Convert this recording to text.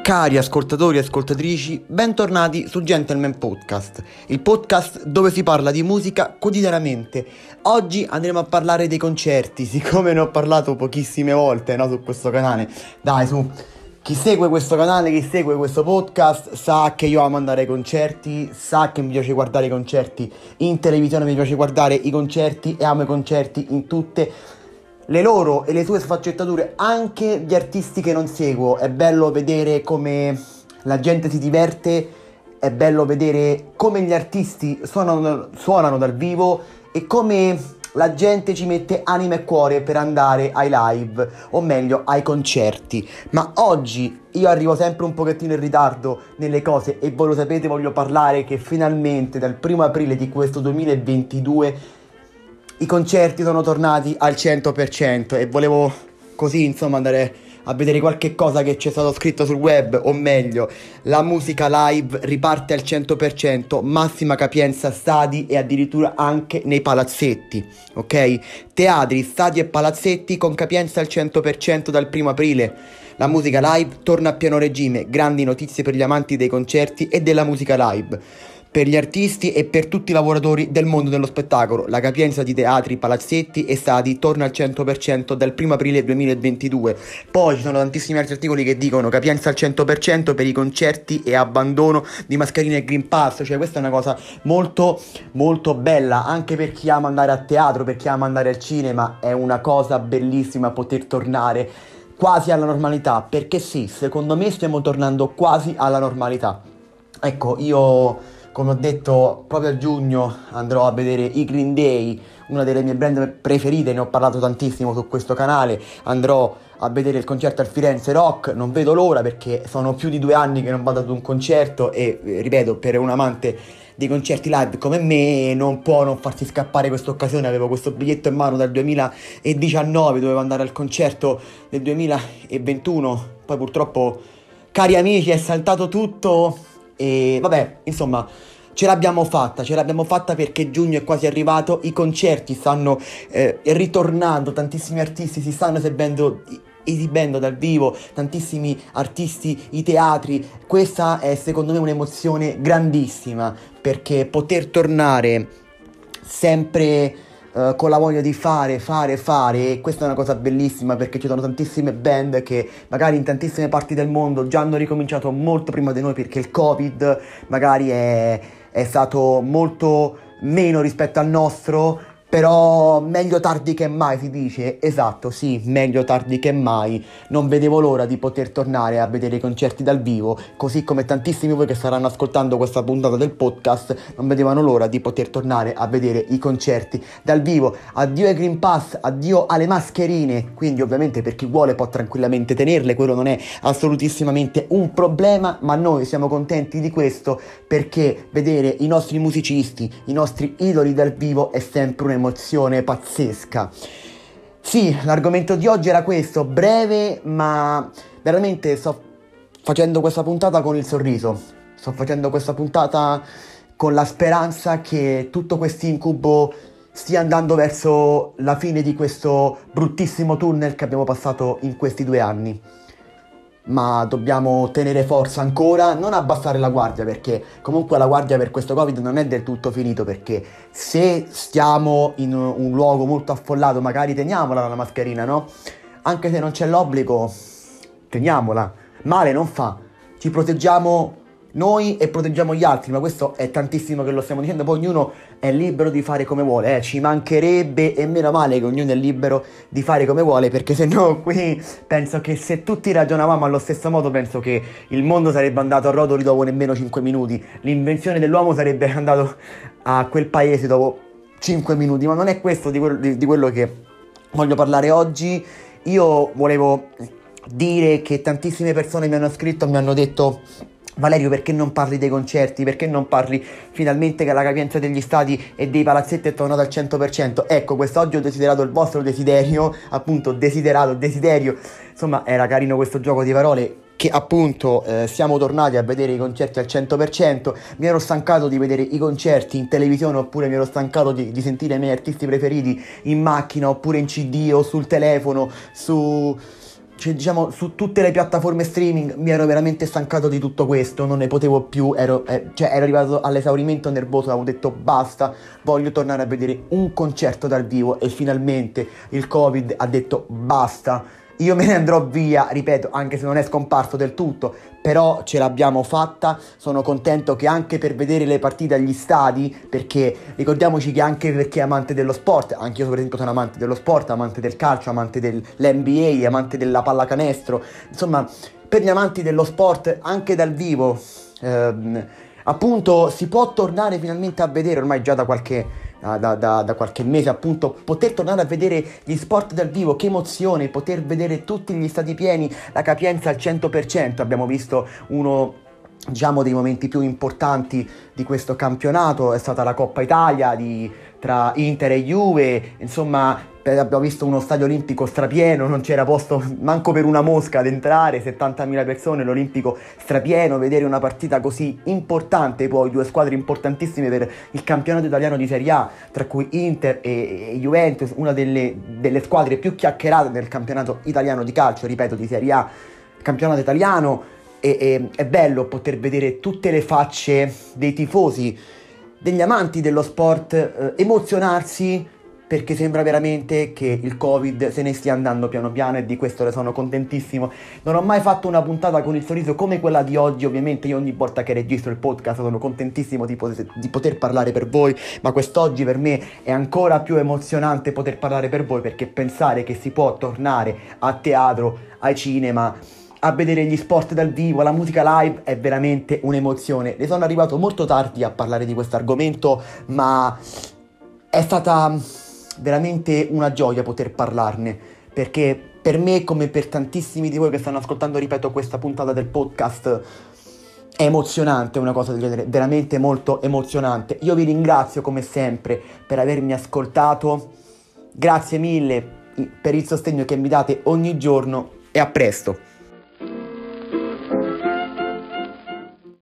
Cari ascoltatori e ascoltatrici, bentornati su Gentleman Podcast, il podcast dove si parla di musica quotidianamente. Oggi andremo a parlare dei concerti, siccome ne ho parlato pochissime volte, no, su questo canale. Dai, su, chi segue questo canale, chi segue questo podcast, sa che io amo andare ai concerti, sa che mi piace guardare i concerti in televisione, mi piace guardare i concerti e amo i concerti in tutte le loro e le sue sfaccettature, anche gli artisti che non seguo. È bello vedere come la gente si diverte, è bello vedere come gli artisti suonano dal vivo e come la gente ci mette anima e cuore per andare ai live, o meglio ai concerti. Ma oggi io arrivo sempre un pochettino in ritardo nelle cose e voi lo sapete, voglio parlare che finalmente dal 1° aprile di questo 2022 i concerti sono tornati al 100% e volevo così insomma andare a vedere qualche cosa che c'è stato scritto sul web, o meglio, la musica live riparte al 100%, massima capienza stadi e addirittura anche nei palazzetti, ok? Teatri, stadi e palazzetti con capienza al 100% dal 1° aprile. La musica live torna a pieno regime, grandi notizie per gli amanti dei concerti e della musica live. Per gli artisti e per tutti i lavoratori del mondo dello spettacolo, la capienza di teatri, palazzetti e stadi torna al 100% dal 1° aprile 2022. Poi ci sono tantissimi altri articoli che dicono capienza al 100% per i concerti e abbandono di mascherine e Green Pass. Cioè questa è una cosa molto molto bella anche per chi ama andare a teatro, per chi ama andare al cinema. È una cosa bellissima poter tornare quasi alla normalità, perché sì, secondo me stiamo tornando quasi alla normalità. Ecco, io, come ho detto, proprio a giugno andrò a vedere i Green Day, una delle mie band preferite, ne ho parlato tantissimo su questo canale. Andrò a vedere il concerto al Firenze Rock, non vedo l'ora perché sono più di 2 anni che non vado ad un concerto e, ripeto, per un amante dei concerti live come me non può non farsi scappare questa occasione. Avevo questo biglietto in mano dal 2019, dovevo andare al concerto del 2021, poi purtroppo, cari amici, è saltato tutto. E vabbè, insomma, ce l'abbiamo fatta perché giugno è quasi arrivato, i concerti stanno ritornando, tantissimi artisti si stanno esibendo dal vivo, tantissimi artisti, i teatri. Questa è secondo me un'emozione grandissima, perché poter tornare sempre con la voglia di fare, e questa è una cosa bellissima, perché ci sono tantissime band che magari in tantissime parti del mondo già hanno ricominciato molto prima di noi, perché il Covid magari è stato molto meno rispetto al nostro. Però meglio tardi che mai, si dice. Esatto, sì, meglio tardi che mai. Non vedevo l'ora di poter tornare a vedere i concerti dal vivo, così come tantissimi voi che staranno ascoltando questa puntata del podcast non vedevano l'ora di poter tornare a vedere i concerti dal vivo. Addio ai Green Pass, addio alle mascherine. Quindi ovviamente per chi vuole può tranquillamente tenerle, quello non è assolutissimamente un problema, ma noi siamo contenti di questo, perché vedere i nostri musicisti, i nostri idoli dal vivo è sempre un'emozione pazzesca. Sì, l'argomento di oggi era questo, breve, ma veramente sto facendo questa puntata con il sorriso. Sto facendo questa puntata con la speranza che tutto questo incubo stia andando verso la fine di questo bruttissimo tunnel che abbiamo passato in questi 2 anni. Ma dobbiamo tenere forza ancora, non abbassare la guardia, perché comunque la guardia per questo Covid non è del tutto finito, perché se stiamo in un luogo molto affollato magari teniamola la mascherina, no? Anche se non c'è l'obbligo, teniamola, male non fa, ci proteggiamo noi e proteggiamo gli altri, ma questo è tantissimo che lo stiamo dicendo. Poi ognuno è libero di fare come vuole, ci mancherebbe, e meno male che ognuno è libero di fare come vuole, perché se no qui penso che se tutti ragionavamo allo stesso modo, penso che il mondo sarebbe andato a rotoli dopo nemmeno 5 minuti, l'invenzione dell'uomo sarebbe andato a quel paese dopo 5 minuti, ma non è questo di quello che voglio parlare oggi. Io volevo dire che tantissime persone mi hanno scritto, mi hanno detto: Valerio, perché non parli dei concerti? Perché non parli finalmente che la capienza degli stadi e dei palazzetti è tornata al 100%? Ecco, quest'oggi ho desiderato il vostro desiderio, appunto desiderio, insomma era carino questo gioco di parole, che appunto siamo tornati a vedere i concerti al 100%. Mi ero stancato di vedere i concerti in televisione, oppure mi ero stancato di sentire i miei artisti preferiti in macchina, oppure in CD o sul telefono, cioè, diciamo, su tutte le piattaforme streaming mi ero veramente stancato di tutto questo, non ne potevo più, ero arrivato all'esaurimento nervoso, avevo detto basta, voglio tornare a vedere un concerto dal vivo e finalmente il Covid ha detto basta. Io me ne andrò via, ripeto, anche se non è scomparso del tutto, però ce l'abbiamo fatta. Sono contento che anche per vedere le partite agli stadi, perché ricordiamoci che anche per chi è amante dello sport, anche io per esempio sono amante dello sport, amante del calcio, amante dell'NBA, amante della pallacanestro, insomma, per gli amanti dello sport anche dal vivo, appunto si può tornare finalmente a vedere ormai già da qualche mese, appunto, poter tornare a vedere gli sport dal vivo. Che emozione poter vedere tutti gli stadi pieni, la capienza al 100%. Abbiamo visto uno, diciamo, dei momenti più importanti di questo campionato, è stata la Coppa Italia tra Inter e Juve, insomma. Abbiamo visto uno stadio olimpico strapieno, non c'era posto manco per una mosca ad entrare, 70.000 persone, l'Olimpico strapieno, vedere una partita così importante, poi due squadre importantissime per il campionato italiano di Serie A, tra cui Inter e Juventus, una delle squadre più chiacchierate nel campionato italiano di calcio, ripeto, di Serie A, campionato italiano, e è bello poter vedere tutte le facce dei tifosi, degli amanti dello sport, emozionarsi, perché sembra veramente che il Covid se ne stia andando piano piano, e di questo ne sono contentissimo. Non ho mai fatto una puntata con il sorriso come quella di oggi, ovviamente io ogni volta che registro il podcast sono contentissimo di poter parlare per voi, ma quest'oggi per me è ancora più emozionante poter parlare per voi, perché pensare che si può tornare a teatro, ai cinema, a vedere gli sport dal vivo, la musica live è veramente un'emozione. Ne sono arrivato molto tardi a parlare di questo argomento, ma è stata veramente una gioia poter parlarne, perché per me, come per tantissimi di voi che stanno ascoltando, ripeto, questa puntata del podcast, è emozionante una cosa del genere, veramente molto emozionante. Io vi ringrazio come sempre per avermi ascoltato, grazie mille per il sostegno che mi date ogni giorno e a presto.